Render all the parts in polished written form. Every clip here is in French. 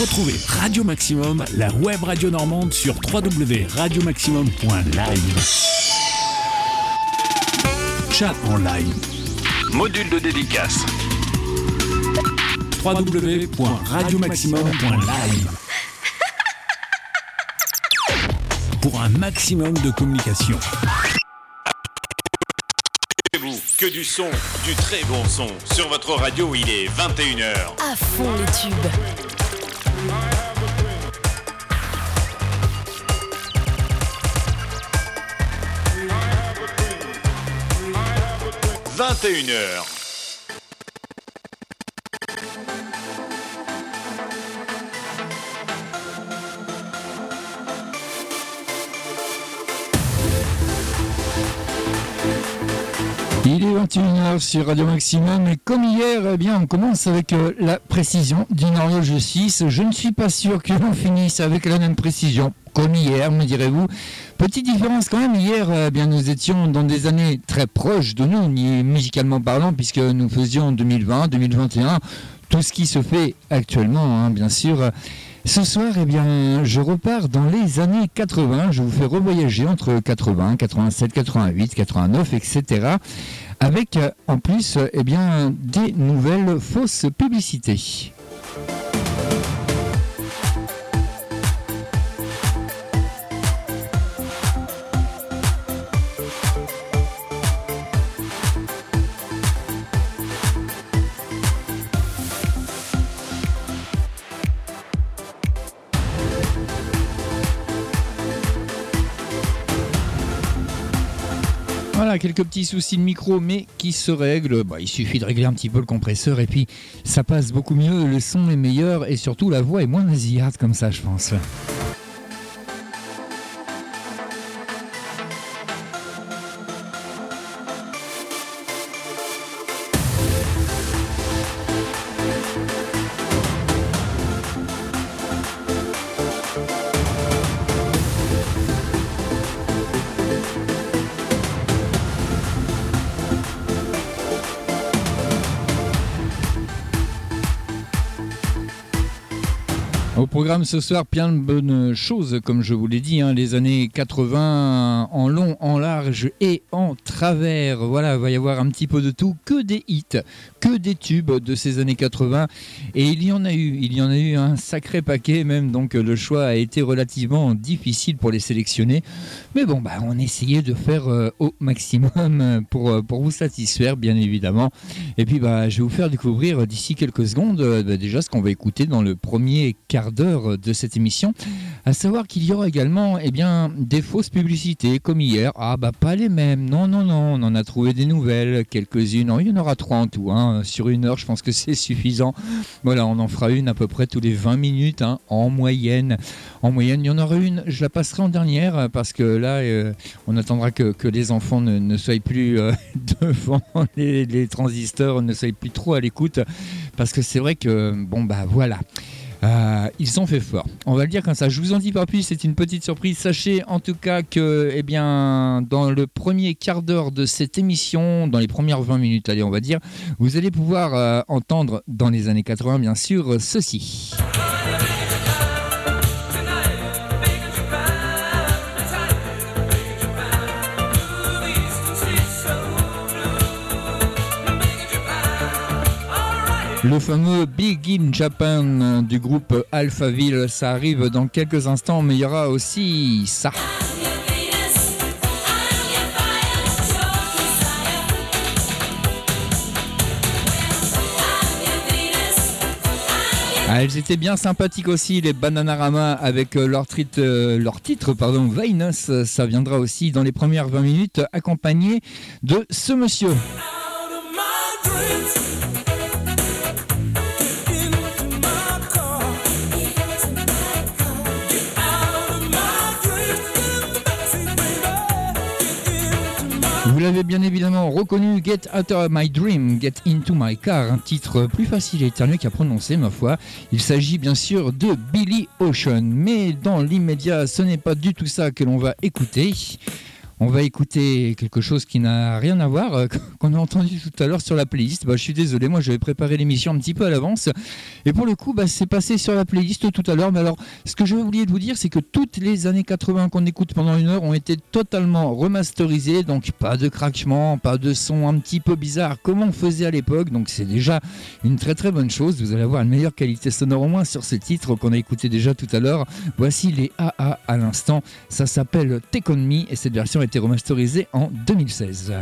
Retrouvez Radio Maximum, la web radio normande sur www.radiomaximum.live. Chat en live. Module de dédicace. www.radiomaximum.live. Pour un maximum de communication. Que du son, du très bon son. Sur votre radio, il est 21h. À fond les tubes. « 21h. Il est 21h sur Radio Maximum et comme hier, eh bien, on commence avec la précision d'une horloge suisse. Je ne suis pas sûr que l'on finisse avec la même précision comme hier, me direz-vous. Petite différence quand même, hier, bien, nous étions dans des années très proches de nous, musicalement parlant, puisque nous faisions 2020, 2021, tout ce qui se fait actuellement, bien sûr. Ce soir, eh bien, je repars dans les années 80. Je vous fais revoyager entre 80, 87, 88, 89, etc. Avec, en plus, eh bien, des nouvelles fausses publicités. Voilà, quelques petits soucis de micro, mais qui se règlent. Il suffit de régler un petit peu le compresseur et puis ça passe beaucoup mieux, le son est meilleur et surtout la voix est moins nasillarde comme ça, je pense. Au programme ce soir, plein de bonnes choses, comme je vous l'ai dit, les années 80 en long, en large et en travers. Voilà, il va y avoir un petit peu de tout, que des hits, que des tubes de ces années 80. Et il y en a eu un sacré paquet même, donc le choix a été relativement difficile pour les sélectionner. Mais bon, on essayait de faire au maximum pour vous satisfaire, bien évidemment. Et puis, je vais vous faire découvrir d'ici quelques secondes déjà ce qu'on va écouter dans le premier quart d'heure de cette émission, à savoir qu'il y aura également des fausses publicités comme hier. Pas les mêmes, non, on en a trouvé des nouvelles, quelques-unes, il y en aura 3 en tout, sur une heure je pense que c'est suffisant. Voilà, on en fera une à peu près tous les 20 minutes en moyenne. Il y en aura une, je la passerai en dernière parce que là on attendra que les enfants ne soient plus devant les transistors, ne soient plus trop à l'écoute, parce que c'est vrai que voilà. Ils ont fait fort. On va le dire comme ça. Je vous en dis pas plus, c'est une petite surprise. Sachez en tout cas que, dans le premier quart d'heure de cette émission, dans les premières 20 minutes, allez, on va dire, vous allez pouvoir entendre dans les années 80, bien sûr, ceci. Le fameux Big in Japan du groupe Alphaville, ça arrive dans quelques instants, mais il y aura aussi ça. Elles étaient bien sympathiques aussi, les Bananarama, avec leur titre, Venus. Ça viendra aussi dans les premières 20 minutes, accompagné de ce monsieur. Vous l'avez bien évidemment reconnu, Get Out of My Dream, Get Into My Car, un titre plus facile à éternuer qu'à prononcer, ma foi. Il s'agit bien sûr de Billy Ocean, mais dans l'immédiat, ce n'est pas du tout ça que l'on va écouter. On va écouter quelque chose qui n'a rien à voir, qu'on a entendu tout à l'heure sur la playlist. Je suis désolé, moi j'avais préparé l'émission un petit peu à l'avance. Et pour le coup, c'est passé sur la playlist tout à l'heure. Mais alors, ce que je vais oublier de vous dire, c'est que toutes les années 80 qu'on écoute pendant une heure ont été totalement remasterisées. Donc pas de craquement, pas de son un petit peu bizarre comme on faisait à l'époque. Donc c'est déjà une très très bonne chose. Vous allez avoir une meilleure qualité sonore au moins sur ce titre qu'on a écouté déjà tout à l'heure. Voici les AA à l'instant. Ça s'appelle Take On Me et cette version a été remasterisée en 2016.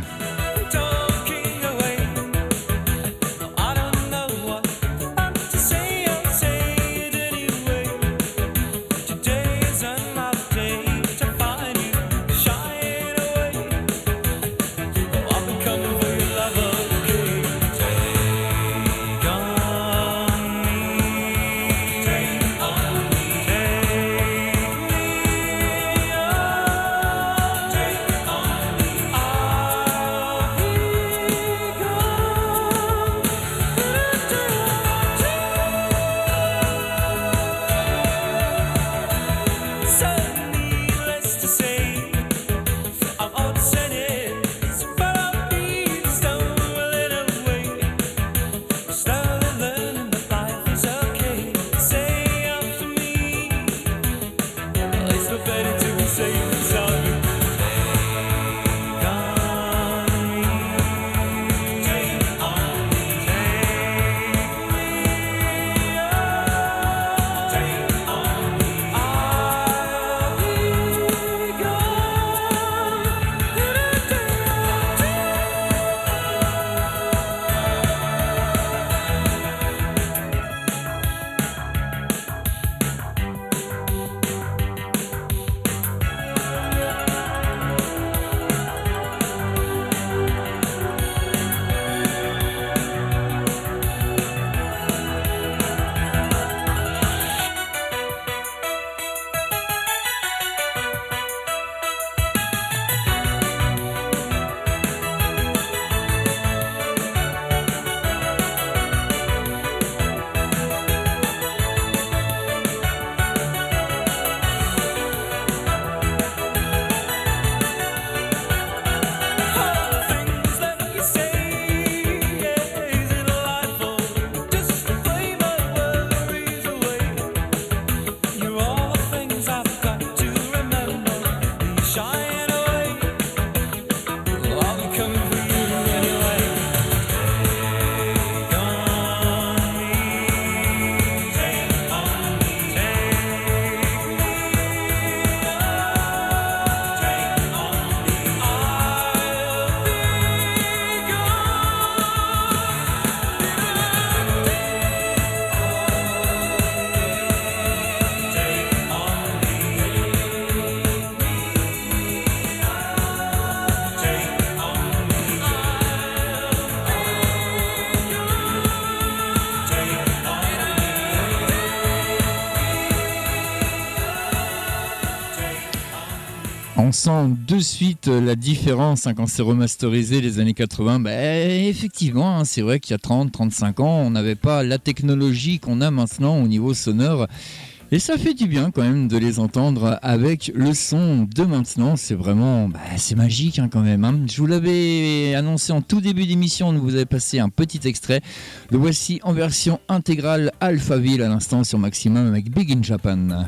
On sent de suite la différence quand c'est remasterisé les années 80. Effectivement, c'est vrai qu'il y a 30-35 ans, on n'avait pas la technologie qu'on a maintenant au niveau sonore. Et ça fait du bien quand même de les entendre avec le son de maintenant. C'est vraiment, c'est magique quand même. Je vous l'avais annoncé en tout début d'émission, on vous avait passé un petit extrait. Le voici en version intégrale Alphaville à l'instant sur Maximum avec Big in Japan.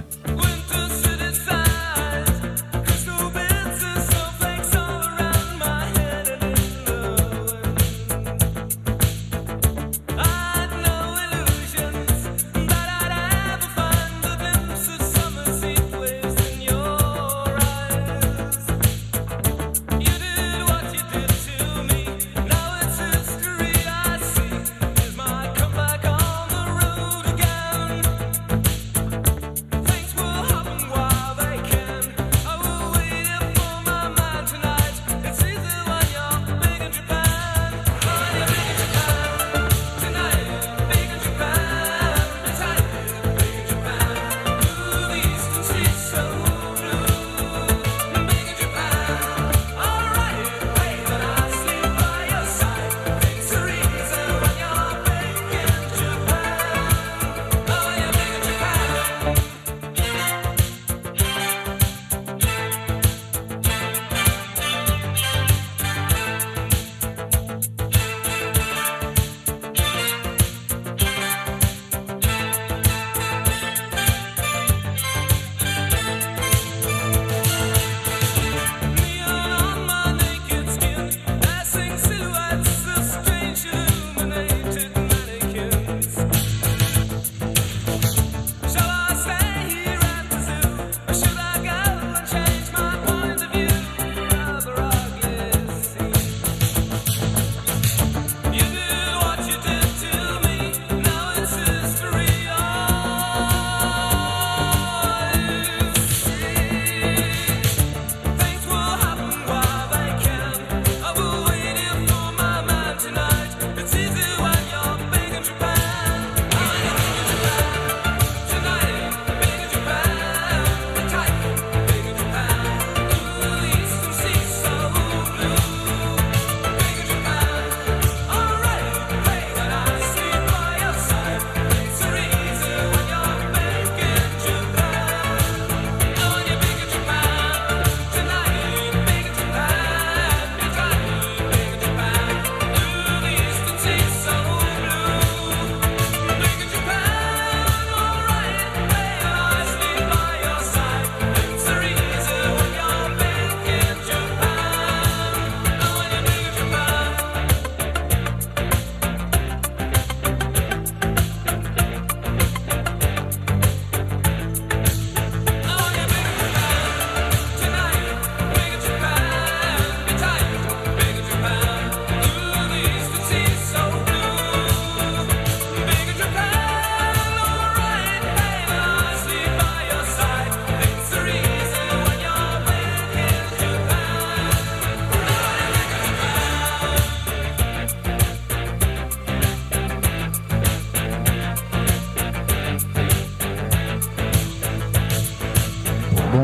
Things will happen.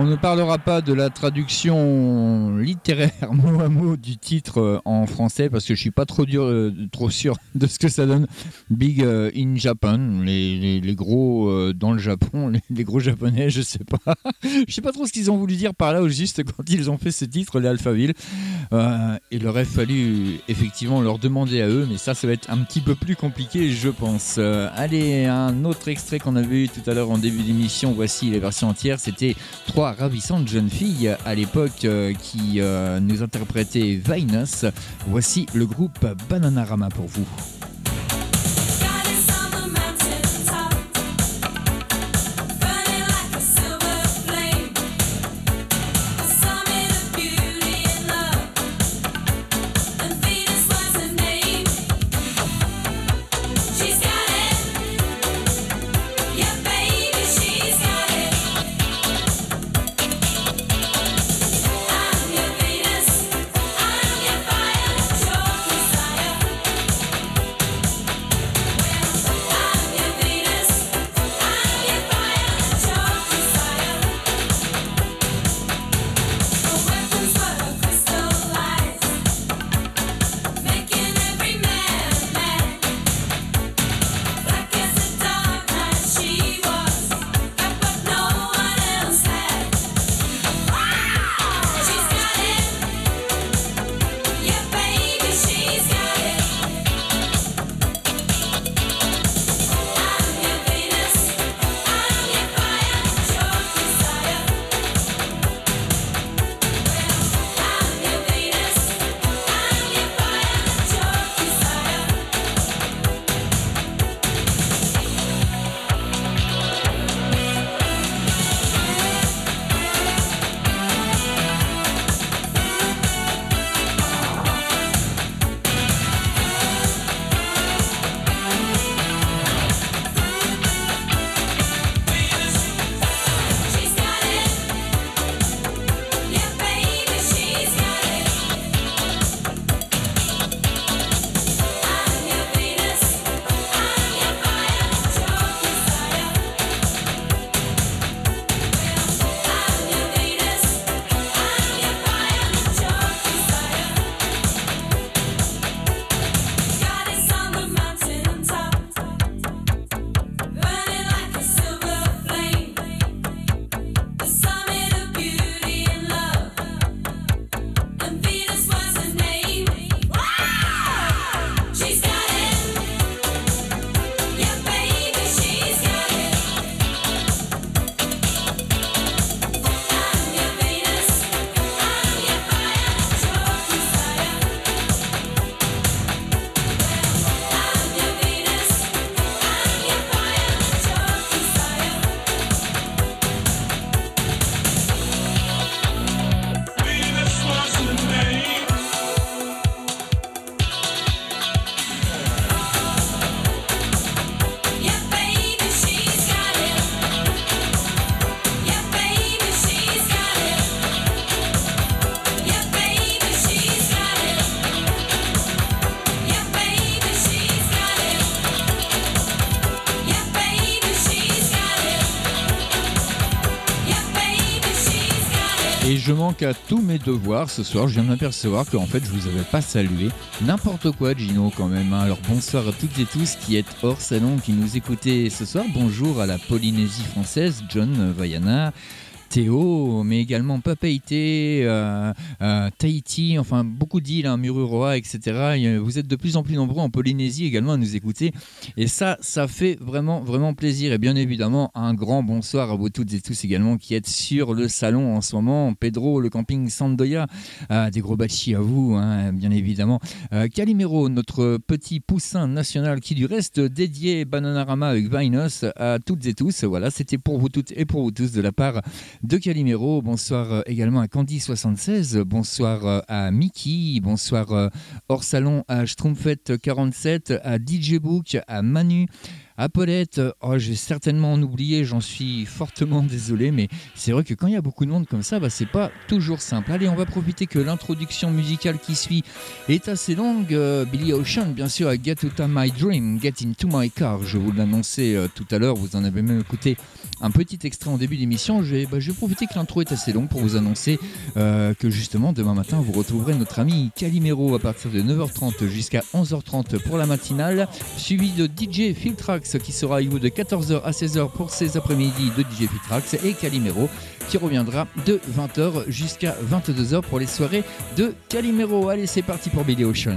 ne parlera pas de la traduction littéraire mot à mot du titre en français parce que je suis pas trop sûr de ce que ça donne. Big in Japan, les gros dans le Japon, les gros japonais, je sais pas. Je sais pas trop ce qu'ils ont voulu dire par là au juste quand ils ont fait ce titre, les Alphaville. Il aurait fallu effectivement leur demander à eux, mais ça va être un petit peu plus compliqué, je pense. Allez, un autre extrait qu'on avait eu tout à l'heure en début d'émission, voici les versions entières. C'était 3 ravissantes jeunes filles à l'époque qui nous interprétaient Venus. Voici le groupe Bananarama pour vous. Et je manque à tous mes devoirs ce soir. Je viens de m'apercevoir qu'en fait je vous avais pas salué. N'importe quoi, Gino, quand même. Alors bonsoir à toutes et tous qui êtes hors salon, qui nous écoutez ce soir. Bonjour à la Polynésie française, John Vaiana, Théo, mais également Papeïté, Tahiti, enfin beaucoup d'îles, Mururoa, etc. Vous êtes de plus en plus nombreux en Polynésie également à nous écouter. Et ça fait vraiment, vraiment plaisir. Et bien évidemment, un grand bonsoir à vous toutes et tous également qui êtes sur le salon en ce moment. Pedro, le camping Sandoya, des gros bachis à vous, hein, bien évidemment. Calimero, notre petit poussin national qui du reste dédié Bananarama avec Venus à toutes et tous. Voilà, c'était pour vous toutes et pour vous tous de la part de Calimero. Bonsoir également à Candy76, bonsoir à Mickey, bonsoir hors salon à Schtroumpfette47, à DJ Book, à Manu, Paulette, j'ai certainement en oublié, j'en suis fortement désolé, mais c'est vrai que quand il y a beaucoup de monde comme ça, c'est pas toujours simple. Allez, on va profiter que l'introduction musicale qui suit est assez longue. Billy Ocean, bien sûr, à Get Out of My Dream, Get Into My Car, je vous l'annonçais tout à l'heure, vous en avez même écouté un petit extrait en début d'émission. Je vais profiter que l'intro est assez longue pour vous annoncer que justement demain matin vous retrouverez notre ami Calimero à partir de 9h30 jusqu'à 11h30 pour la matinale, suivi de DJ Filtrax qui sera avec vous de 14h à 16h pour ces après-midi de DJ Filtrax, et Calimero qui reviendra de 20h jusqu'à 22h pour les soirées de Calimero. Allez, c'est parti pour Billy Ocean.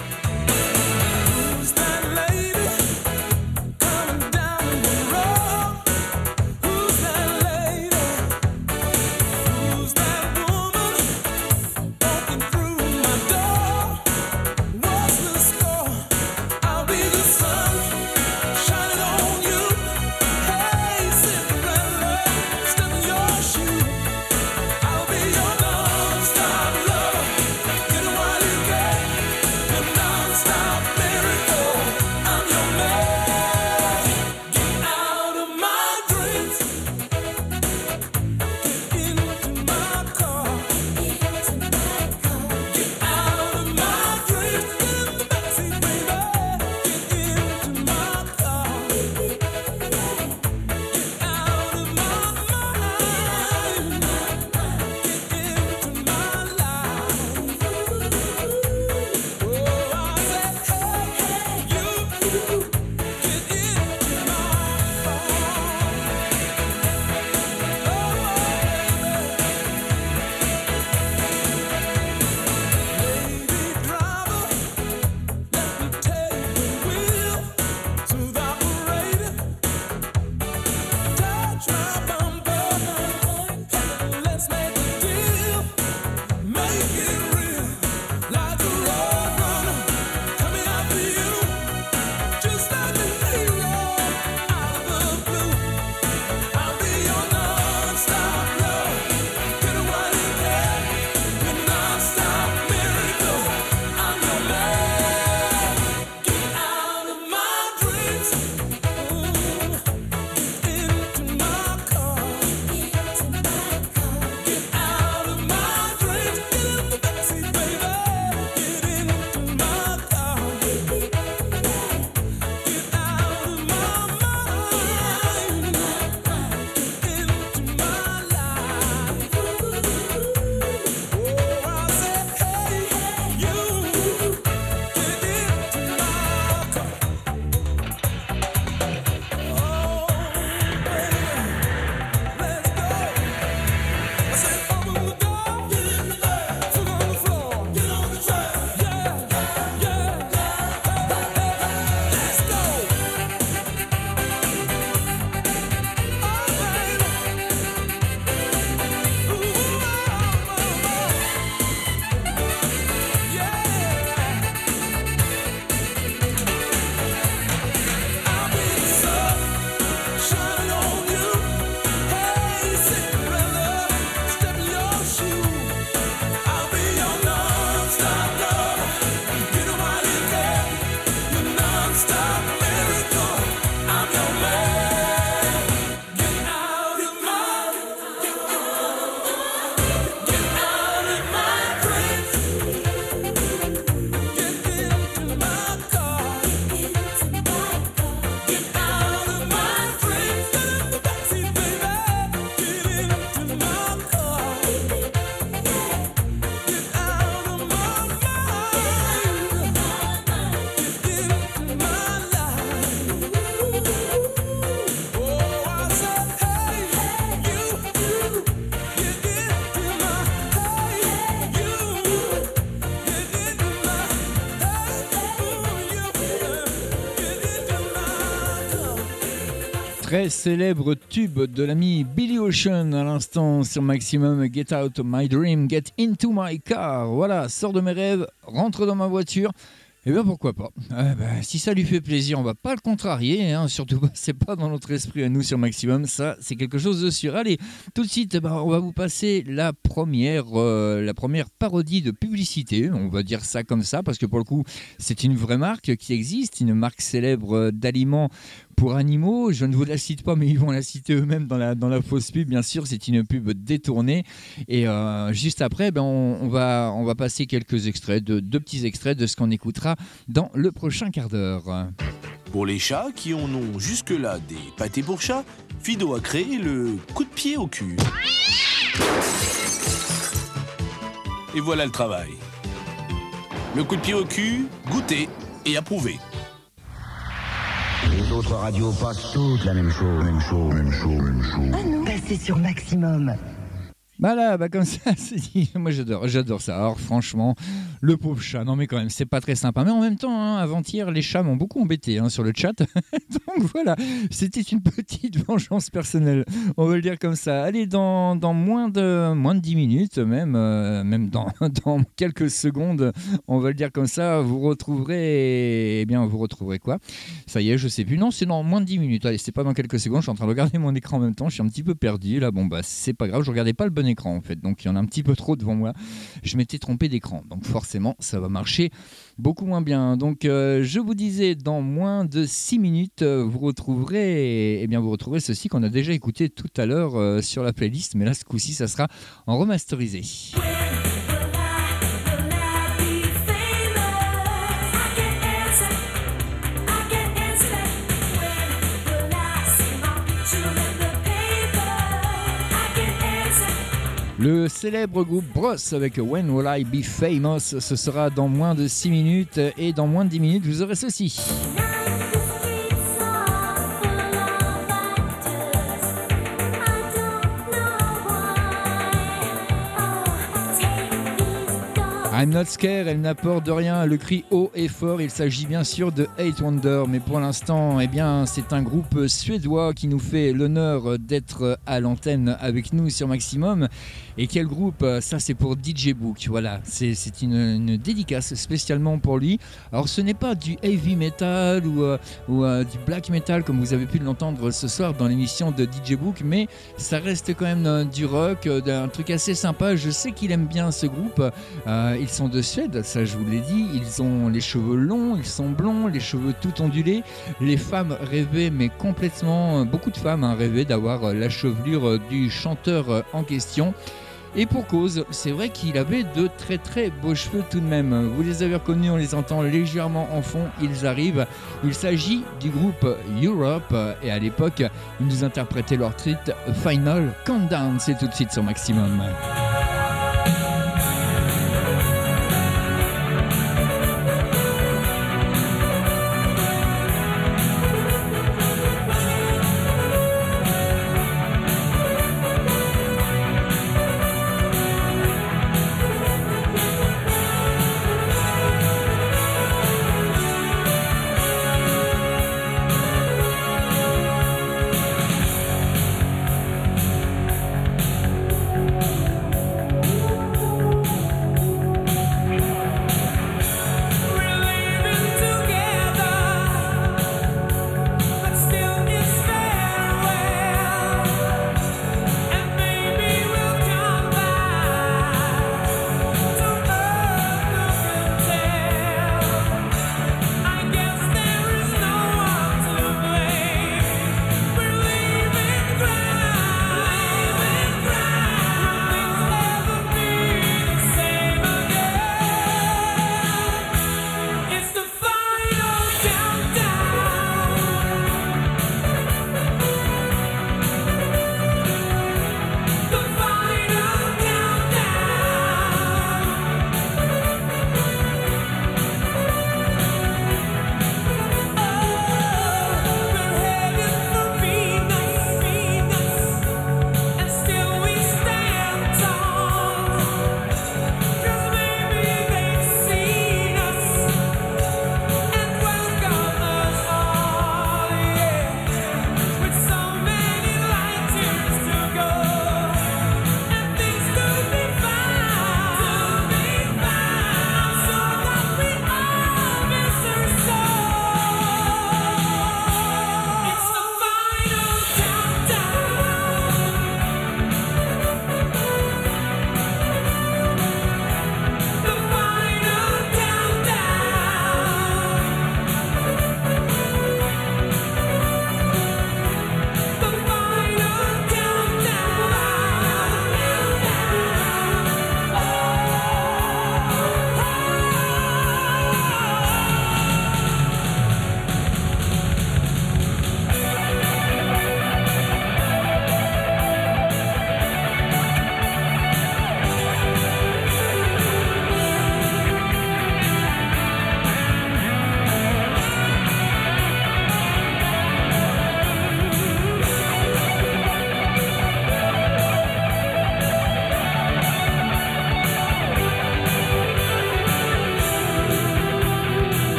Très célèbre tube de l'ami Billy Ocean à l'instant sur Maximum. Get out of my dream, get into my car. Voilà, sors de mes rêves, rentre dans ma voiture. Eh bien pourquoi pas. Si ça lui fait plaisir, on va pas le contrarier, hein. Surtout pas, c'est pas dans notre esprit à nous sur Maximum, ça c'est quelque chose de sûr. Allez, tout de suite, on va vous passer la première parodie de publicité, on va dire ça comme ça, parce que pour le coup c'est une vraie marque qui existe, une marque célèbre d'aliments pour animaux. Je ne vous la cite pas, mais ils vont la citer eux-mêmes dans la fausse pub, bien sûr. C'est une pub détournée. Et juste après, on va passer quelques extraits, deux petits extraits de ce qu'on écoutera dans le prochain quart d'heure. Pour les chats qui en ont jusque-là des pâtés pour chats, Fido a créé le coup de pied au cul. Et voilà le travail. Le coup de pied au cul, goûté et approuvé. Les autres radios passent toutes la même chose. Ah non, passez sur Maximum. Voilà, comme ça, c'est dit. Moi, j'adore ça. Alors, franchement, le pauvre chat, non mais quand même, c'est pas très sympa. Mais en même temps, avant-hier, les chats m'ont beaucoup embêté sur le chat. Donc voilà, c'était une petite vengeance personnelle. On va le dire comme ça. Allez, dans moins de 10 minutes, même dans quelques secondes, on va le dire comme ça, vous retrouverez quoi ? Ça y est, je sais plus. Non, c'est dans moins de 10 minutes. Allez, c'est pas dans quelques secondes. Je suis en train de regarder mon écran en même temps. Je suis un petit peu perdu. Là, c'est pas grave. Je regardais pas le bon écran en fait, donc il y en a un petit peu trop devant moi. Je m'étais trompé d'écran, donc forcément ça va marcher beaucoup moins bien. Donc je vous disais, dans moins de 6 minutes vous retrouverez ceci qu'on a déjà écouté tout à l'heure sur la playlist, mais là ce coup-ci ça sera en remasterisé. Le célèbre groupe Bros avec When Will I Be Famous, ce sera dans moins de 6 minutes et dans moins de 10 minutes vous aurez ceci. I'm not scared, elle n'apporte de rien, le cri haut et fort, il s'agit bien sûr de Eight Wonder, mais pour l'instant, c'est un groupe suédois qui nous fait l'honneur d'être à l'antenne avec nous sur Maximum. Et quel groupe ? Ça c'est pour DJ Book, voilà, c'est une dédicace spécialement pour lui. Alors ce n'est pas du heavy metal ou du black metal comme vous avez pu l'entendre ce soir dans l'émission de DJ Book, mais ça reste quand même du rock, un truc assez sympa. Je sais qu'il aime bien ce groupe. Ils sont de Suède, ça je vous l'ai dit, ils ont les cheveux longs, ils sont blonds, les cheveux tout ondulés. Les femmes rêvaient, mais complètement, beaucoup de femmes rêvaient d'avoir la chevelure du chanteur en question. Et pour cause, c'est vrai qu'il avait de très très beaux cheveux tout de même. Vous les avez reconnus, on les entend légèrement en fond, ils arrivent. Il s'agit du groupe Europe et à l'époque, ils nous interprétaient leur titre Final Countdown. C'est tout de suite sur Maximum.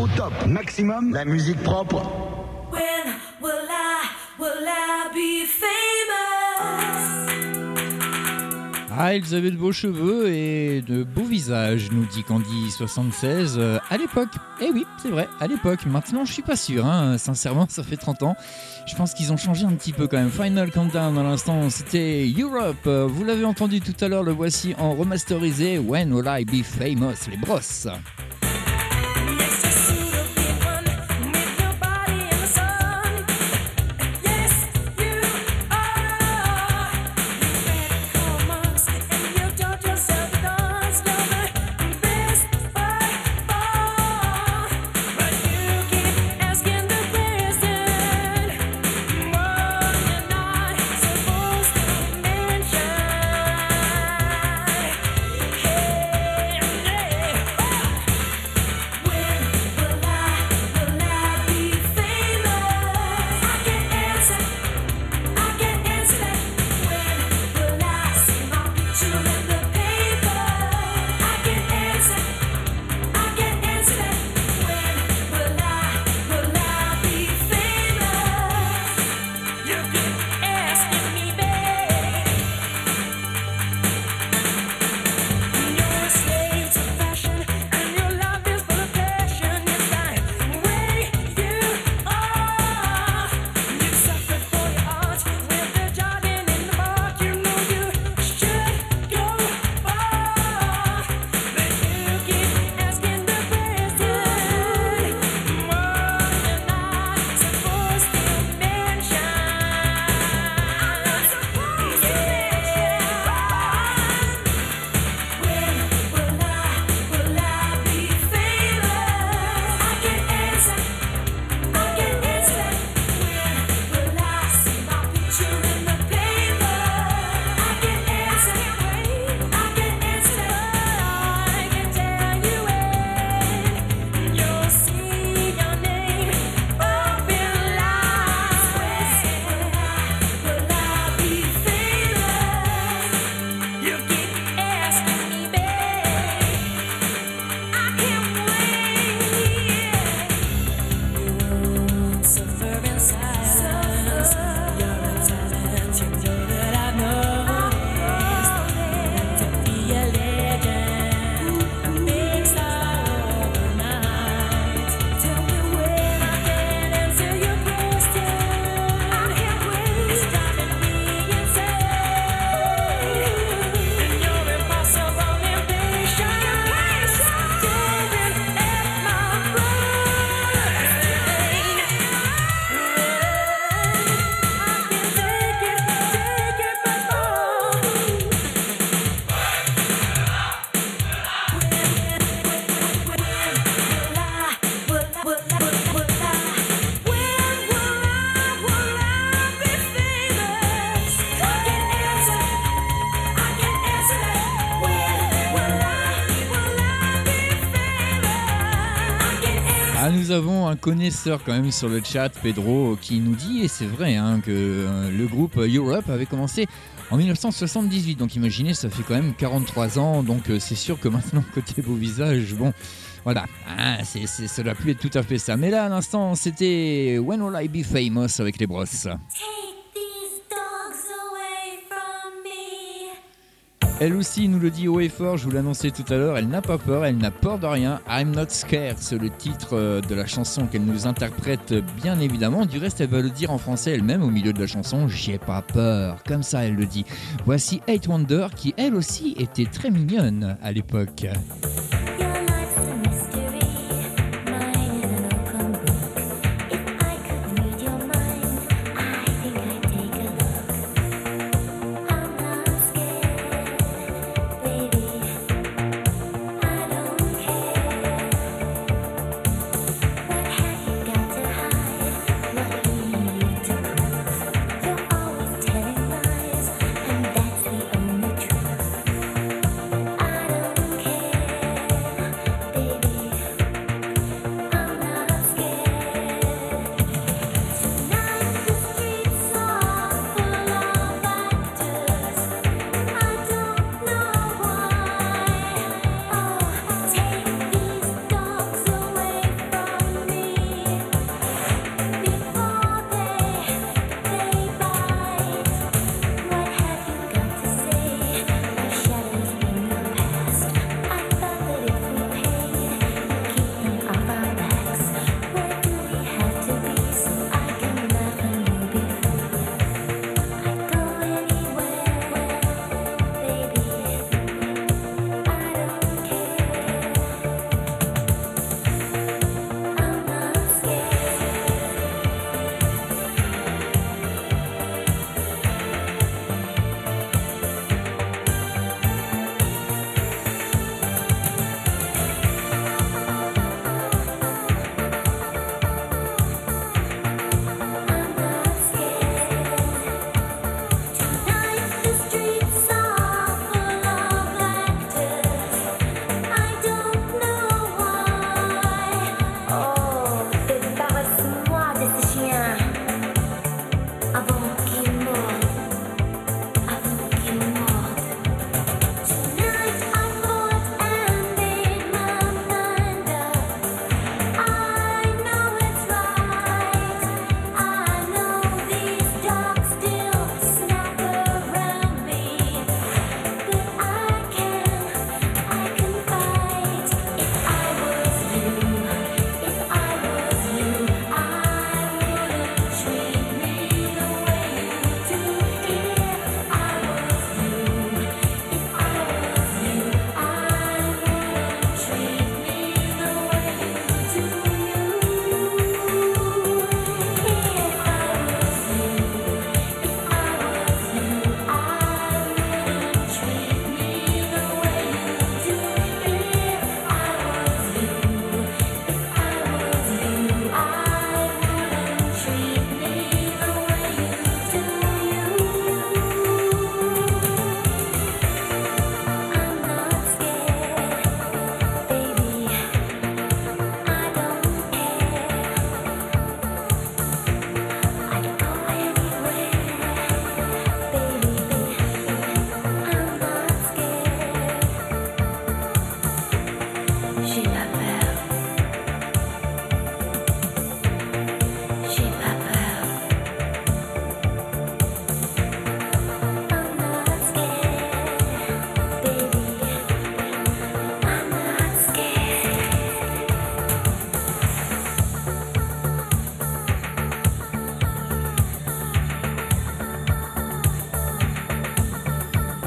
top. Maximum, la musique propre. When will I be famous? Ah, ils avaient de beaux cheveux et de beaux visages, nous dit Candy76, à l'époque. Eh oui, c'est vrai, à l'époque. Maintenant, je suis pas sûr, hein. Sincèrement, ça fait 30 ans. Je pense qu'ils ont changé un petit peu quand même. Final Countdown, à l'instant, c'était Europe. Vous l'avez entendu tout à l'heure, le voici en remasterisé. When Will I Be Famous, les brosses. Nous avons un connaisseur quand même sur le chat, Pedro, qui nous dit, et c'est vrai, hein, que le groupe Europe avait commencé en 1978. Donc imaginez, ça fait quand même 43 ans. Donc c'est sûr que maintenant, côté beau visage, bon, voilà, hein, ça doit plus être tout à fait ça. Mais là, à l'instant, c'était When Will I Be Famous avec les brosses. Elle aussi nous le dit haut et fort, je vous l'annonçais tout à l'heure, elle n'a pas peur, elle n'a peur de rien. I'm not scared, c'est le titre de la chanson qu'elle nous interprète bien évidemment. Du reste, elle va le dire en français elle-même au milieu de la chanson, j'ai pas peur. Comme ça, elle le dit. Voici Eight Wonder qui, elle aussi, était très mignonne à l'époque. I don't care.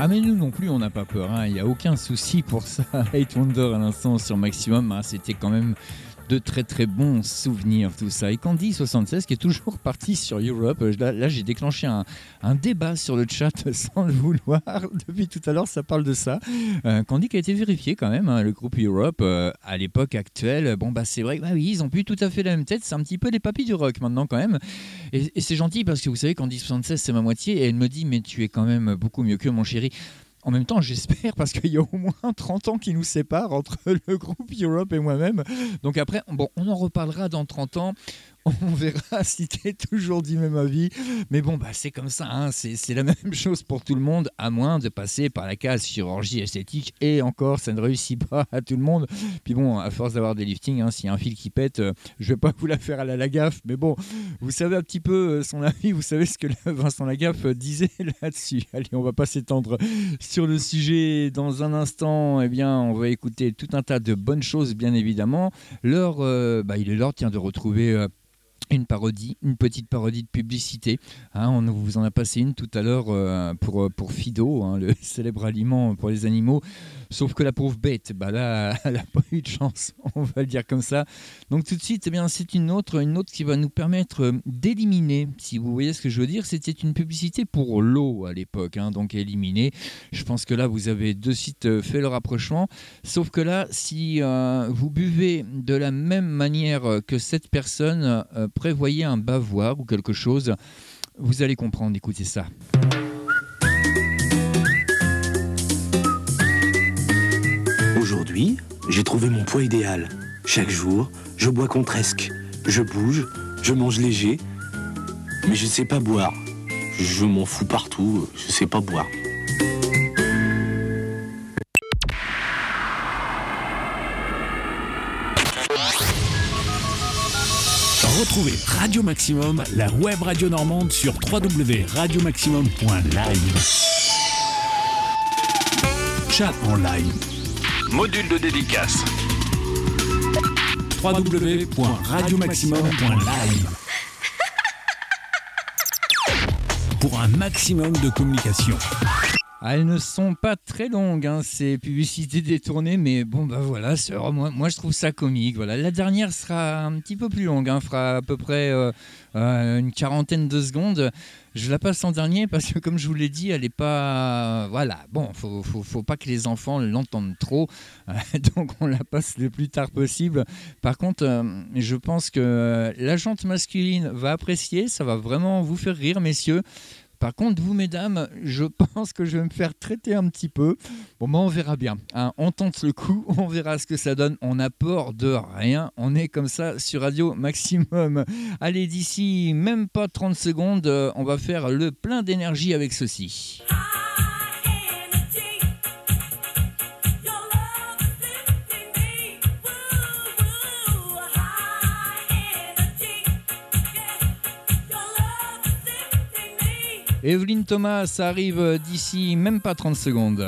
Ah mais nous non plus on n'a pas peur, il n'y a aucun souci pour ça. Eight Wonder à l'instant sur Maximum, c'était quand même de très très bons souvenirs tout ça. Et Candy76 qui est toujours parti sur Europe, là j'ai déclenché un débat sur le chat sans le vouloir, depuis tout à l'heure ça parle de ça. Candy qui a été vérifié quand même, le groupe Europe à l'époque actuelle, c'est vrai que oui, ils ont plus tout à fait la même tête, c'est un petit peu les papis du rock maintenant quand même. Et c'est gentil parce que vous savez Candy76 c'est ma moitié et elle me dit mais tu es quand même beaucoup mieux que mon chéri. En même temps, j'espère, parce qu'il y a au moins 30 ans qui nous séparent entre le groupe Europe et moi-même. Donc après, on en reparlera dans 30 ans. On verra si tu es toujours du même avis. Mais c'est comme ça. C'est la même chose pour tout le monde, à moins de passer par la case chirurgie esthétique. Et encore, ça ne réussit pas à tout le monde. Puis à force d'avoir des liftings, s'il y a un fil qui pète, je vais pas vous la faire à la Lagaffe. Mais vous savez un petit peu son avis. Vous savez ce que Vincent Lagaffe disait là-dessus. Allez, on va pas s'étendre sur le sujet. Dans un instant, on va écouter tout un tas de bonnes choses, bien évidemment. Il est l'heure de retrouver... une petite parodie de publicité. On vous en a passé une tout à l'heure pour Fido, le célèbre aliment pour les animaux. Sauf que la pauvre bête, là, elle n'a pas eu de chance, on va le dire comme ça. Donc tout de suite, c'est une autre qui va nous permettre d'éliminer, si vous voyez ce que je veux dire. C'était une publicité pour l'eau à l'époque, donc éliminer. Je pense que là, vous avez de suite fait le rapprochement. Sauf que là, si vous buvez de la même manière que cette personne, prévoyez un bavoir ou quelque chose, vous allez comprendre, écoutez ça. Aujourd'hui, j'ai trouvé mon poids idéal. Chaque jour, je bois Contresque. Je bouge, je mange léger, mais je sais pas boire. Je m'en fous partout, je sais pas boire. Retrouvez Radio Maximum, la web radio normande sur www.radiomaximum.live. Chat en live. Module de dédicace. www.radiomaximum.live. Pour un maximum de communication. Elles ne sont pas très longues, ces publicités détournées, mais voilà, moi je trouve ça comique. Voilà. La dernière sera un petit peu plus longue, fera à peu près une quarantaine de secondes. Je la passe en dernier parce que, comme je vous l'ai dit, elle n'est pas... Voilà, faut pas que les enfants l'entendent trop, donc on la passe le plus tard possible. Par contre, je pense que la jante masculine va apprécier, ça va vraiment vous faire rire, messieurs. Par contre, vous, mesdames, je pense que je vais me faire traiter un petit peu. On verra bien. On tente le coup, on verra ce que ça donne. On n'a peur de rien. On est comme ça sur Radio Maximum. Allez, d'ici même pas 30 secondes, on va faire le plein d'énergie avec ceci. Evelyne Thomas, ça arrive d'ici même pas 30 secondes.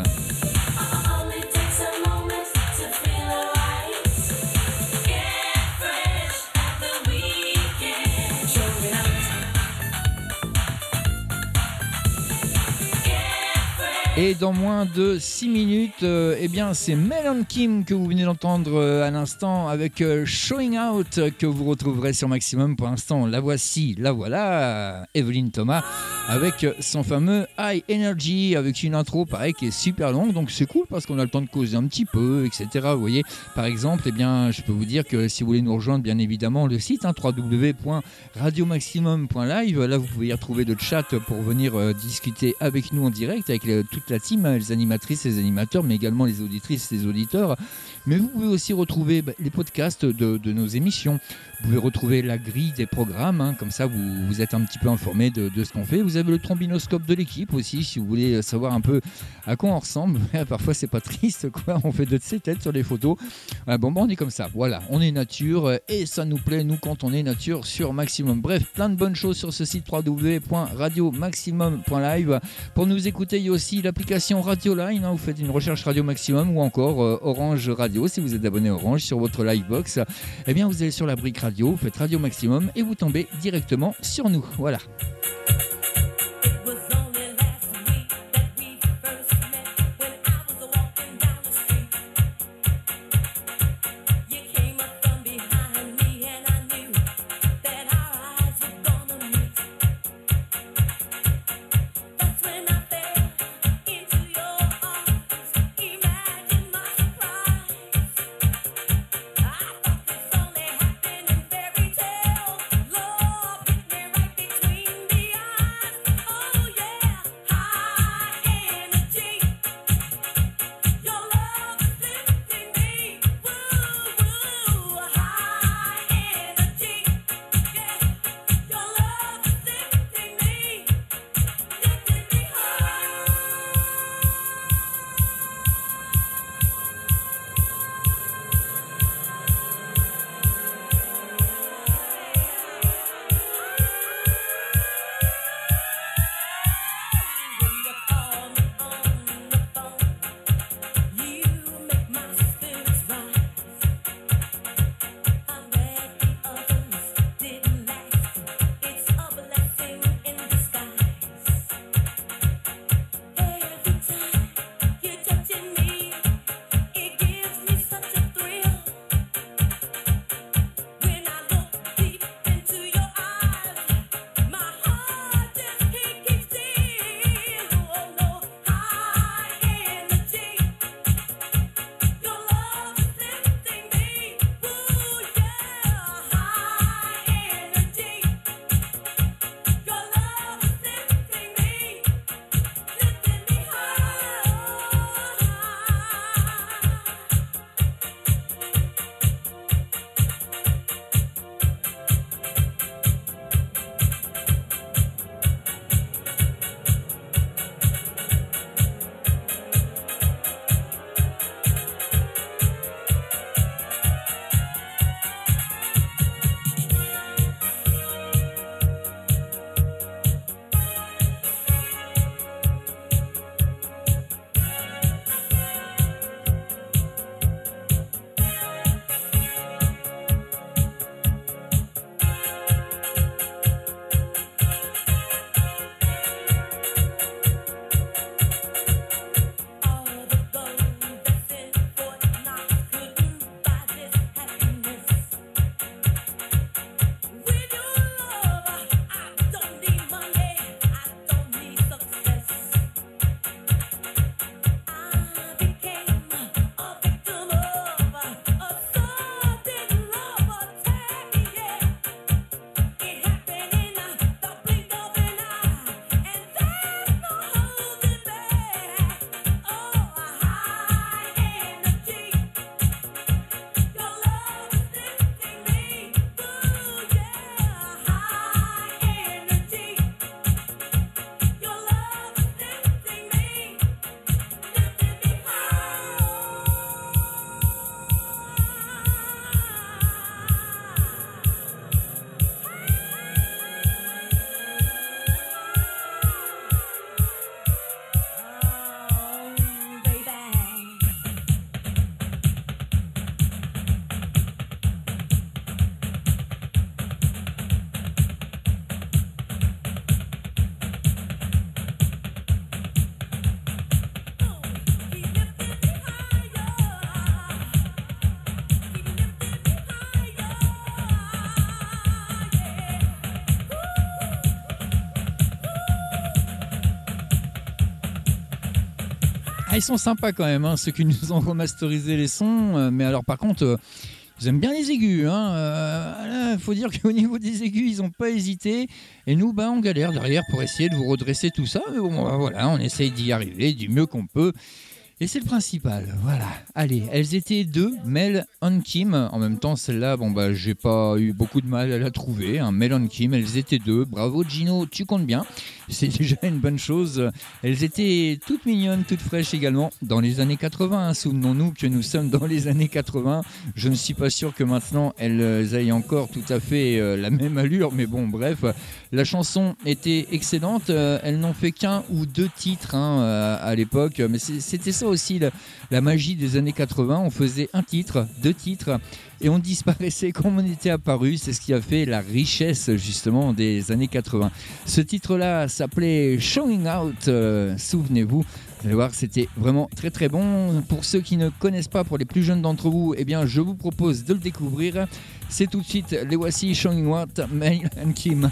Et dans moins de 6 minutes, c'est Mel and Kim que vous venez d'entendre à l'instant avec Showing Out que vous retrouverez sur Maximum. Pour l'instant, la voilà, Evelyne Thomas avec son fameux High Energy, avec une intro pareil qui est super longue. Donc c'est cool parce qu'on a le temps de causer un petit peu, etc. Vous voyez, par exemple, je peux vous dire que si vous voulez nous rejoindre, bien évidemment, le site www.radiomaximum.live. Là, vous pouvez y retrouver le chat pour venir discuter avec nous en direct, avec toute la team, les animatrices et les animateurs, mais également les auditrices et les auditeurs. Mais vous pouvez aussi retrouver les podcasts de nos émissions. Vous pouvez retrouver la grille des programmes, comme ça vous êtes un petit peu informé de ce qu'on fait. Vous avez le trombinoscope de l'équipe aussi, si vous voulez savoir un peu à quoi on ressemble. Parfois c'est pas triste, on fait de ses têtes sur les photos. On est comme ça, voilà, on est nature et ça nous plaît, nous, quand on est nature sur Maximum. Bref, plein de bonnes choses sur ce site www.radiomaximum.live. Pour nous écouter, il y a aussi l'application Radioline, vous faites une recherche Radio Maximum ou encore Orange Radio, si vous êtes abonné Orange sur votre Livebox, vous allez sur la brique radio, vous faites Radio Maximum et vous tombez directement sur nous. Voilà. ils sont sympas quand même, hein, ceux qui nous ont remasterisé les sons. Mais alors par contre, ils aiment bien les aigus. Il faut dire qu'au niveau des aigus, ils n'ont pas hésité. Et nous, on galère derrière pour essayer de vous redresser tout ça. Mais bon, voilà, on essaye d'y arriver du mieux qu'on peut. Et c'est le principal, voilà. Allez, elles étaient deux, Mel and Kim. En même temps, celle-là, j'ai pas eu beaucoup de mal à la trouver. Mel and Kim, elles étaient deux. Bravo Gino, tu comptes bien. C'est déjà une bonne chose. Elles étaient toutes mignonnes, toutes fraîches également. Dans les années 80, souvenons-nous que nous sommes dans les années 80. Je ne suis pas sûr que maintenant elles aient encore tout à fait la même allure. Mais bon, bref, la chanson était excellente. Elles n'ont fait qu'un ou deux titres à l'époque. Mais c'était ça aussi la magie des années 80. On faisait un titre, deux titres et on disparaissait comme on était apparu. C'est ce qui a fait la richesse justement des années 80. Ce titre-là s'appelait Showing Out, souvenez-vous. Vous allez voir, c'était vraiment très très bon. Pour ceux qui ne connaissent pas, pour les plus jeunes d'entre vous, je vous propose de le découvrir. C'est tout de suite, les voici, Showing Out, Mel and Kim.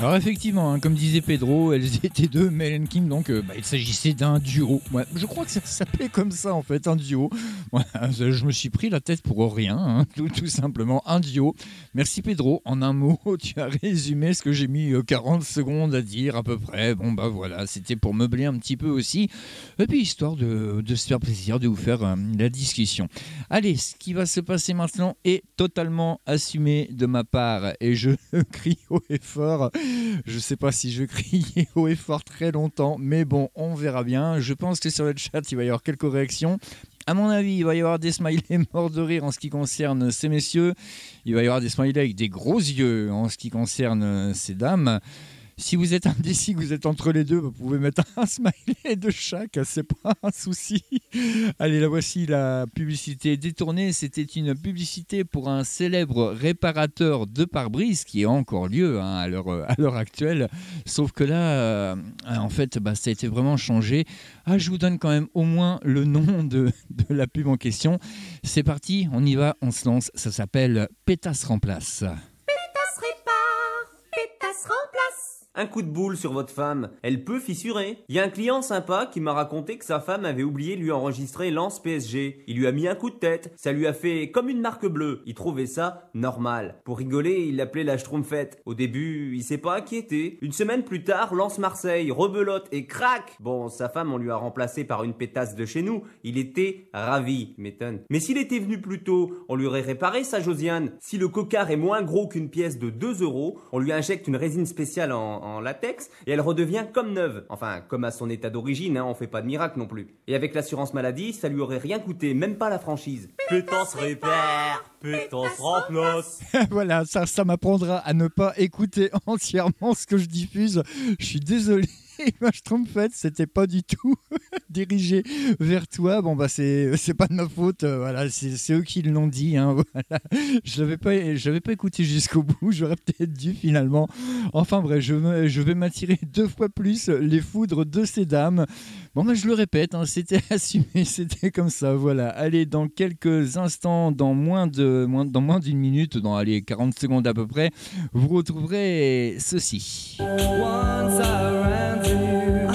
Alors effectivement, hein, comme disait Pedro, elles étaient deux, Mel et Kim, donc il s'agissait d'un duo. Ouais, je crois que ça s'appelait comme ça en fait, un duo. Voilà, je me suis pris la tête pour rien, hein, tout simplement, un duo. Merci Pedro, en un mot, tu as résumé ce que j'ai mis 40 secondes à dire à peu près. Bon bah voilà, c'était pour meubler un petit peu aussi, et puis histoire de se faire plaisir, de vous faire la discussion. Allez, ce qui va se passer maintenant est totalement assumé de ma part, et je crie haut et fort. Je ne sais pas si je vais crier haut et fort très longtemps, mais bon, on verra bien. Je pense que sur le chat, il va y avoir quelques réactions. À mon avis, il va y avoir des smileys morts de rire en ce qui concerne ces messieurs. Il va y avoir des smileys avec des gros yeux en ce qui concerne ces dames. Si vous êtes indécis, que vous êtes entre les deux, vous pouvez mettre un smiley de chaque, c'est pas un souci. Allez, la voici la publicité détournée. C'était une publicité pour un célèbre réparateur de pare-brise qui a encore lieu hein, à l'heure actuelle. Sauf que là, en fait, ça a été vraiment changé. Ah, je vous donne quand même au moins le nom de la pub en question. C'est parti, on y va, on se lance. Ça s'appelle Pétasse Remplace. Pétasse répare, Pétasse remplace. Un coup de boule sur votre femme, elle peut fissurer. Il y a un client sympa qui m'a raconté que sa femme avait oublié de lui enregistrer Lance PSG. Il lui a mis un coup de tête, ça lui a fait comme une marque bleue. Il trouvait ça normal. Pour rigoler, il l'appelait la Schtroumpfette. Au début, il s'est pas inquiété. Une semaine plus tard, Lance Marseille, rebelote et crac. Bon, sa femme, on lui a remplacé par une pétasse de chez nous. Il était ravi, m'étonne. Mais s'il était venu plus tôt, on lui aurait réparé sa Josiane. Si le cocard est moins gros qu'une pièce de 2 €, on lui injecte une résine spéciale en latex et elle redevient comme neuve. Enfin, comme à son état d'origine, hein, on fait pas de miracle non plus. Et avec l'assurance maladie, ça lui aurait rien coûté, même pas la franchise. Pétasse répare, pétasse remplace. Voilà, ça m'apprendra à ne pas écouter entièrement ce que je diffuse. Je suis désolé. Ma Schtroumpfette, c'était pas du tout dirigé vers toi. Bon c'est pas de ma faute. Voilà, c'est eux qui l'ont dit. Hein, voilà. Je l'avais pas écouté jusqu'au bout. J'aurais peut-être dû finalement. Enfin bref, je vais m'attirer 2 fois plus les foudres de ces dames. Bon je le répète, hein, c'était assumé, c'était comme ça. Voilà. Allez, dans quelques instants, dans moins d'une minute, dans 40 secondes à peu près, vous retrouverez ceci. Once I ran to you,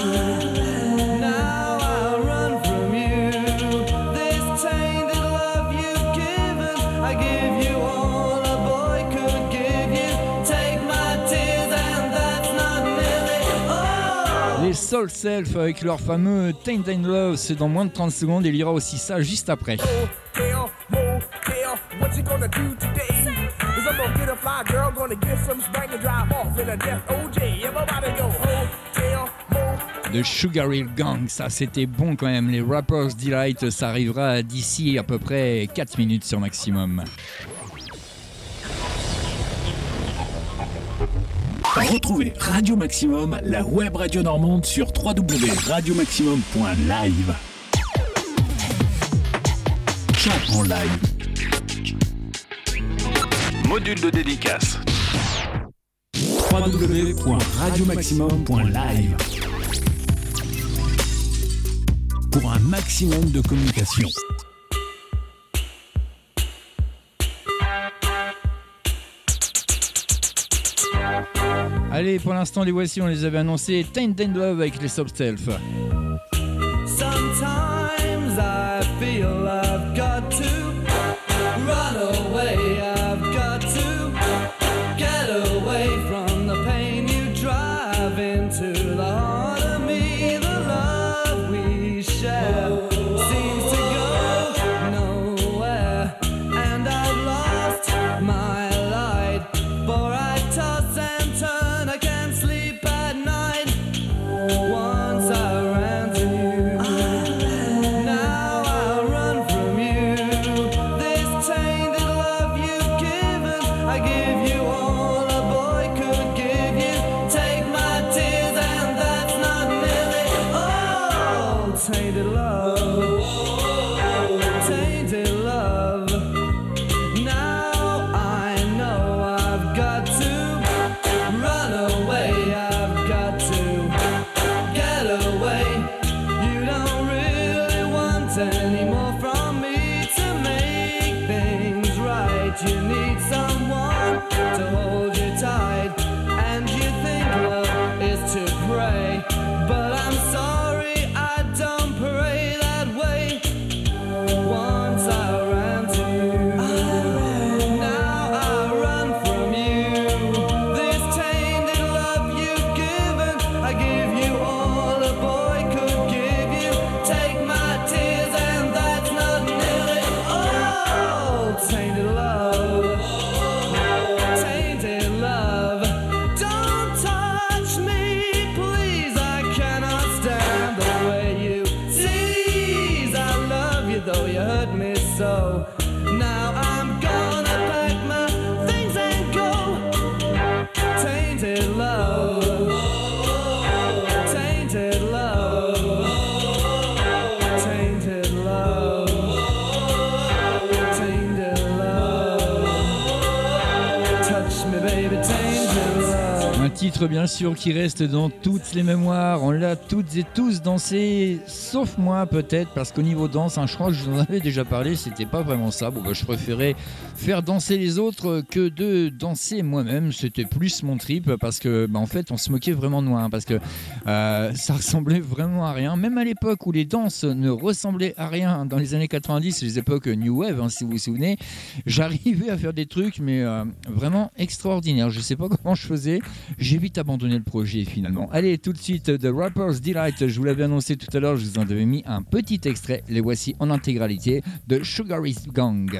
now I run from you. This tainted love you've given, I give you all a boy could give you. Take my tears and that's not nearly all. Les Soul Self avec leur fameux Tainted Love, c'est dans moins de 30 secondes et il y aura aussi ça juste après. What you gonna do today? Is I'm gonna get a fly girl, gonna get some spank and drive off in a death OJ. Everybody go hotel, de Sugar Hill Gang, ça c'était bon quand même. Les Rappers Delight, ça arrivera d'ici à peu près 4 minutes sur maximum. Retrouvez Radio Maximum, la web radio normande sur www.radiomaximum.live. Chante en live. Module de dédicace. www.radiomaximum.live. Pour un maximum de communication. Allez, pour l'instant, les voici, on les avait annoncés. Tainted Love avec les Soul Self. Sometimes I feel I've got to run away. I've got to get away from the pain you drive into the heart of me. The love we share seems to go nowhere, and I've lost my light. For I toss and turn, I can't sleep at night. Once I ran to you, now I run from you. This tainted love you've given, I give you all a boy could give you. Take my tears and that's not nearly all. Tainted love, tainted love. Now I know I've got to run away. I've got to get away. You don't really want any more from me to make things right. You need someone to hold you tight, and you think though you hurt me so. Now I'm gonna pack my things and go. Tainted love, tainted love, tainted love, tainted love. Touch me baby, tainted love. Un titre bien sûr qui reste dans toutes les mémoires, on l'a toutes et tous dansé, sauf moi peut-être, parce qu'au niveau danse, je crois que je vous en avais déjà parlé, c'était pas vraiment ça. Bon, je préférais faire danser les autres que de danser moi-même, c'était plus mon trip, parce que en fait on se moquait vraiment de moi, parce que ça ressemblait vraiment à rien, même à l'époque où les danses ne ressemblaient à rien, dans les années 90, les époques New Wave, si vous vous souvenez, j'arrivais à faire des trucs mais vraiment extraordinaires, je sais pas comment je faisais. J'ai vite abandonné le projet finalement. Allez, tout de suite, The Rapper's Delight. Je vous l'avais annoncé tout à l'heure, je vous en avais mis un petit extrait. Les voici en intégralité de Sugar Hill Gang.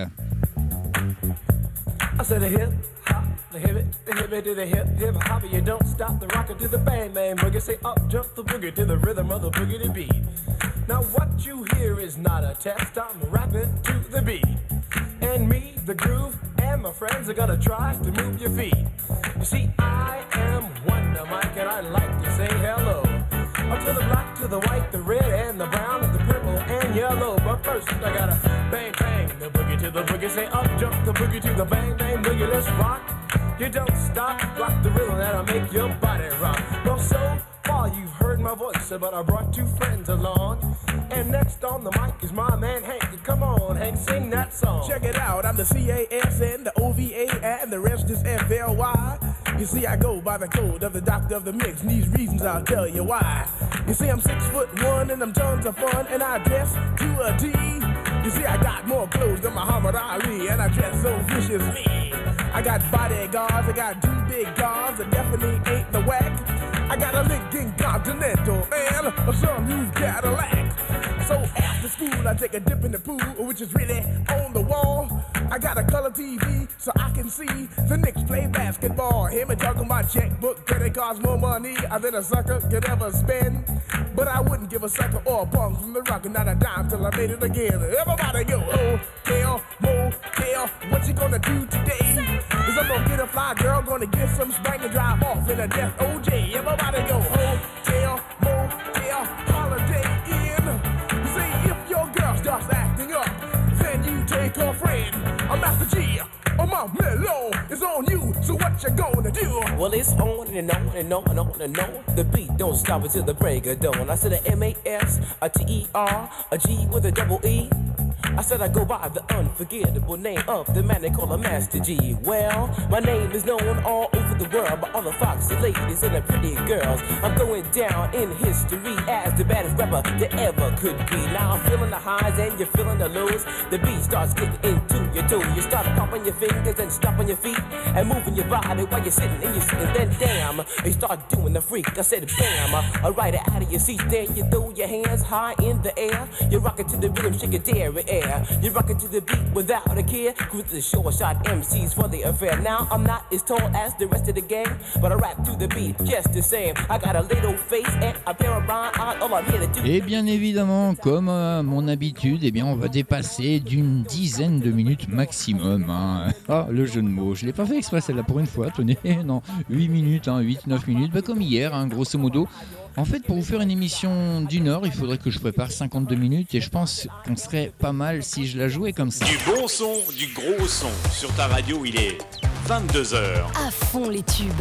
I said a hip hop, the hip to the hip hop. You don't stop the rocker to the bang bang boogie. Say up jump the boogie to the rhythm of the boogie beat. Now what you hear is not a test. I'm rapping to the beat, and me, the groove, and my friends are gonna try to move your feet. You see, I am Wonder Mike, and I like to say hello. Up to the black, to the white, the red, and the brown, and the purple, and yellow. But first, I gotta bang, bang, the boogie to the boogie. Say up, jump the boogie to the bang, bang, boogie. Let's rock. You don't stop, rock the rhythm that'll make your body rock. Well, so far you've heard my voice, but I brought two friends along. And next on the mic is my man Hank. Come on, Hank, sing that song. Check it out, I'm the CASN, the OVA, and the rest is FLY. You see, I go by the code of the doctor of the mix, and these reasons I'll tell you why. You see, I'm 6'1", and I'm tons of fun, and I dress to a T. You see, I got more clothes than Muhammad Ali, and I dress so viciously. I got bodyguards, I got two big guns, I definitely ain't the whack. I got a Lincoln Continental and a some new Cadillac. So after school, I take a dip in the pool, which is really on the wall. I got a color TV so I can see the Knicks play basketball. Him and talking my checkbook, that it costs more money than a sucker could ever spend. But I wouldn't give a sucker or a bum from the rock and not a dime till I made it again. Everybody go, hotel, motel, what you gonna do today? Cause I'm gonna get a fly girl, gonna get some spring and drive off in a death OJ. Everybody go, hotel, motel, holiday inn. See, if your girl starts acting up, then you take her friend. I'm Master G, my mellow is on you, so what you gonna do? Well, it's on and on and on and on and on. The beat don't stop until the break of dawn. I said a M-A-S, a T-E-R, a G with a double E. I said I go by the unforgettable name of the man they call a Master G. Well, my name is known all over the world by all the foxy ladies and the pretty girls. I'm going down in history as the baddest rapper that ever could be. Now I'm feeling the highs and you're feeling the lows. The beat starts getting into your toe. You start popping your fingers and stomping your feet and moving your body while you're sitting and you're sitting. Then damn, you start doing the freak. I said bam, right out of your seat. There you throw your hands high in the air. You're rocking to the rhythm, shake your dairy air. You're rocking to the beat without a care. Cruise to the short shot MCs for the affair. Now I'm not as tall as the rest of the gang, but I rap to the beat just the same. I got a little face and a pair of rhyme eyes. All I'm here to do. Et bien évidemment, comme à mon habitude, eh bien on va dépasser d'une dizaine de minutes maximum. Ah, le jeu de mots, je l'ai pas fait exprès celle-là pour une fois, tenez, non, 8 minutes, 8-9 minutes, comme hier, grosso modo. En fait, pour vous faire une émission d'une heure, il faudrait que je prépare 52 minutes et je pense qu'on serait pas mal si je la jouais comme ça. Du bon son, du gros son. Sur ta radio, il est 22h. À fond les tubes.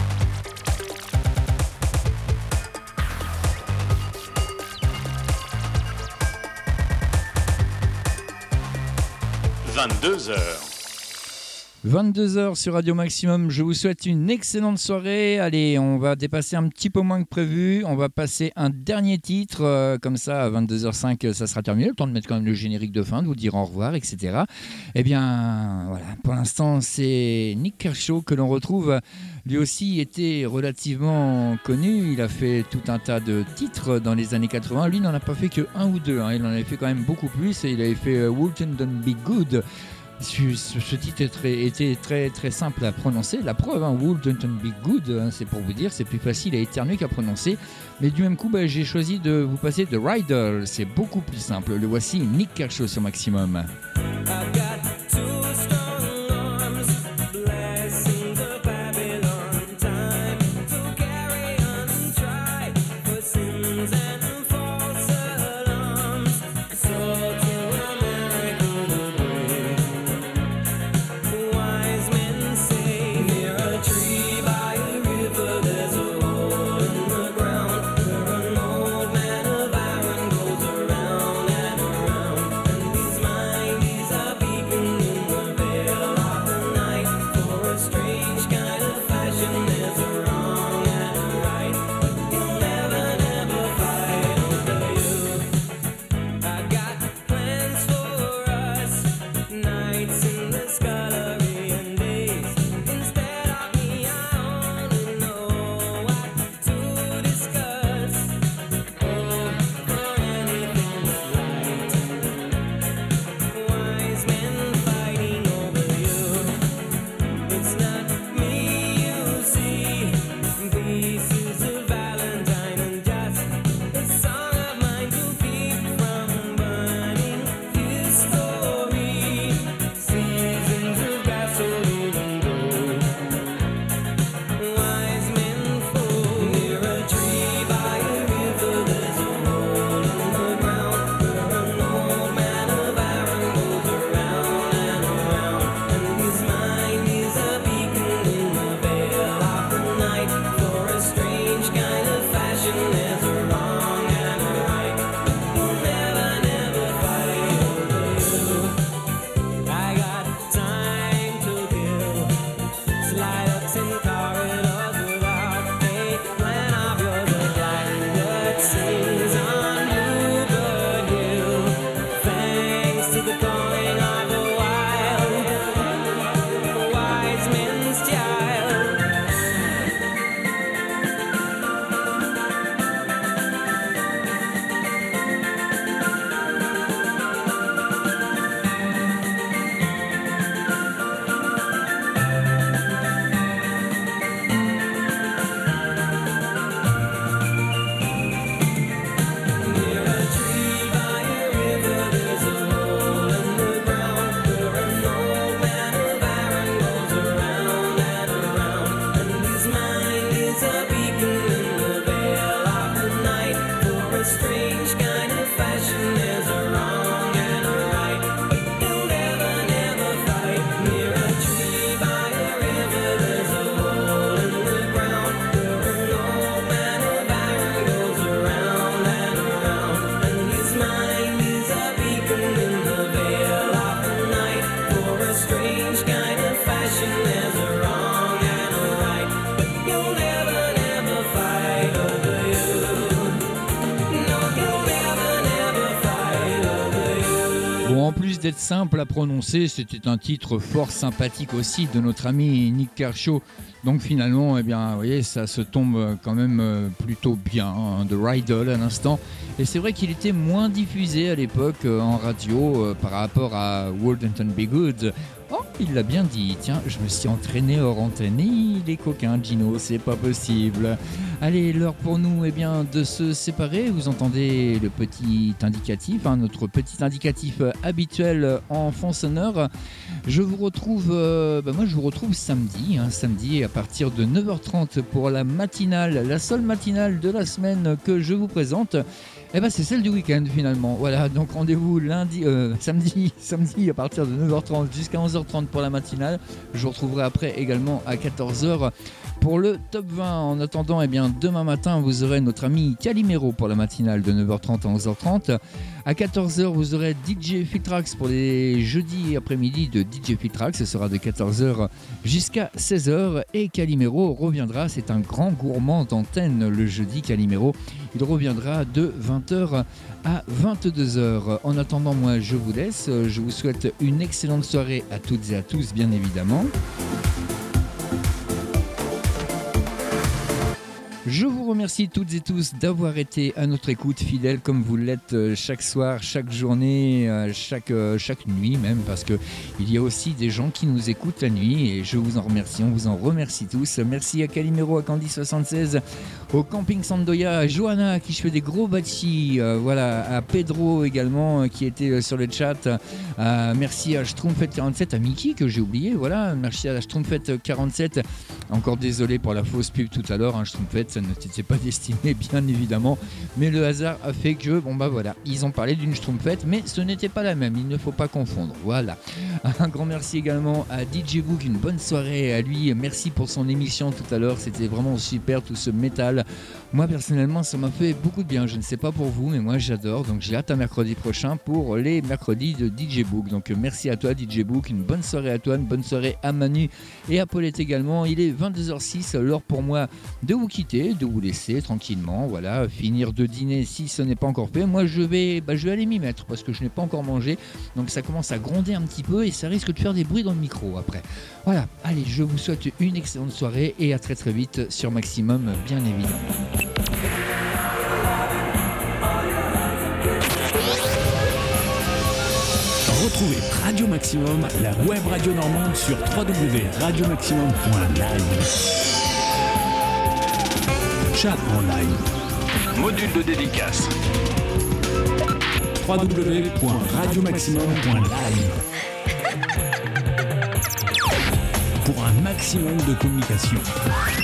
« 22h sur Radio Maximum, je vous souhaite une excellente soirée. Allez, on va dépasser un petit peu moins que prévu. On va passer un dernier titre, comme ça à 22h05, ça sera terminé. Le temps de mettre quand même le générique de fin, de vous dire au revoir, etc. Eh bien, voilà, pour l'instant, c'est Nick Kershaw que l'on retrouve. Lui aussi était relativement connu. Il a fait tout un tas de titres dans les années 80. Lui, il n'en a pas fait que un ou deux. Il en avait fait quand même beaucoup plus. Et il avait fait Wouldn't Be Good. Ce titre était très simple à prononcer. La preuve, Wouldn't It Be Good, c'est pour vous dire, c'est plus facile à éternuer qu'à prononcer. Mais du même coup, j'ai choisi de vous passer The Rider. C'est beaucoup plus simple. Le voici, Nick Kershaw sur Maximum. D'être simple à prononcer, c'était un titre fort sympathique aussi de notre ami Nick Kershaw. Donc finalement, vous voyez, ça se tombe quand même plutôt bien, de Riddle à l'instant. Et c'est vrai qu'il était moins diffusé à l'époque en radio par rapport à Wouldn't It Be Good. Oh, il l'a bien dit. Tiens, je me suis entraîné hors antenne. Il est coquin, Gino, c'est pas possible. Allez, l'heure pour nous de se séparer. Vous entendez le petit indicatif, notre petit indicatif habituel en fond sonore. Je vous retrouve, moi je vous retrouve samedi, samedi à partir de 9h30 pour la matinale, la seule matinale de la semaine que je vous présente. C'est celle du week-end finalement. Voilà, donc rendez-vous samedi à partir de 9h30 jusqu'à 11h30 pour la matinale. Je vous retrouverai après également à 14h pour le top 20. En attendant, demain matin, vous aurez notre ami Calimero pour la matinale de 9h30 à 11h30. À 14h, vous aurez DJ Filtrax pour les jeudis après-midi de DJ Filtrax. Ce sera de 14h jusqu'à 16h. Et Calimero reviendra, c'est un grand gourmand d'antenne le jeudi, Calimero. Il reviendra de 20h à 22h. En attendant, moi, je vous laisse. Je vous souhaite une excellente soirée à toutes et à tous, bien évidemment. Je vous remercie toutes et tous d'avoir été à notre écoute fidèle comme vous l'êtes chaque soir, chaque journée, chaque nuit même, parce que il y a aussi des gens qui nous écoutent la nuit et je vous en remercie, on vous en remercie tous. Merci à Calimero, à Candy76, au Camping Sandoya, à Johanna qui je fais des gros bâtis, voilà, à Pedro également qui était sur le chat, merci à Schtroumpfette47, à Mickey que j'ai oublié, voilà, merci à Schtroumpfette47, encore désolé pour la fausse pub tout à l'heure, hein, Schtroumpfette, ça ne t'était pas destiné bien évidemment, mais le hasard a fait que, bon bah voilà, ils ont parlé d'une Schtroumpfette, mais ce n'était pas la même, il ne faut pas confondre, voilà. Un grand merci également à DJ Book, une bonne soirée à lui, merci pour son émission tout à l'heure, c'était vraiment super tout ce métal. Moi personnellement ça m'a fait beaucoup de bien, je ne sais pas pour vous mais moi j'adore, donc j'ai hâte à mercredi prochain pour les mercredis de DJ Book. Donc merci à toi DJ Book, une bonne soirée à toi, une bonne soirée à Manu et à Paulette également. Il est 22h06, l'heure pour moi de vous quitter, de vous laisser tranquillement, voilà, finir de dîner si ce n'est pas encore fait. Moi je vais aller m'y mettre parce que je n'ai pas encore mangé, donc ça commence à gronder un petit peu et ça risque de faire des bruits dans le micro après. Voilà, allez, je vous souhaite une excellente soirée et à très très vite sur Maximum, bien évidemment. Retrouvez Radio Maximum, la web radio normande sur www.radiomaximum.live. Chat en live. Module de dédicace. www.radiomaximum.live. Pour un maximum de communication.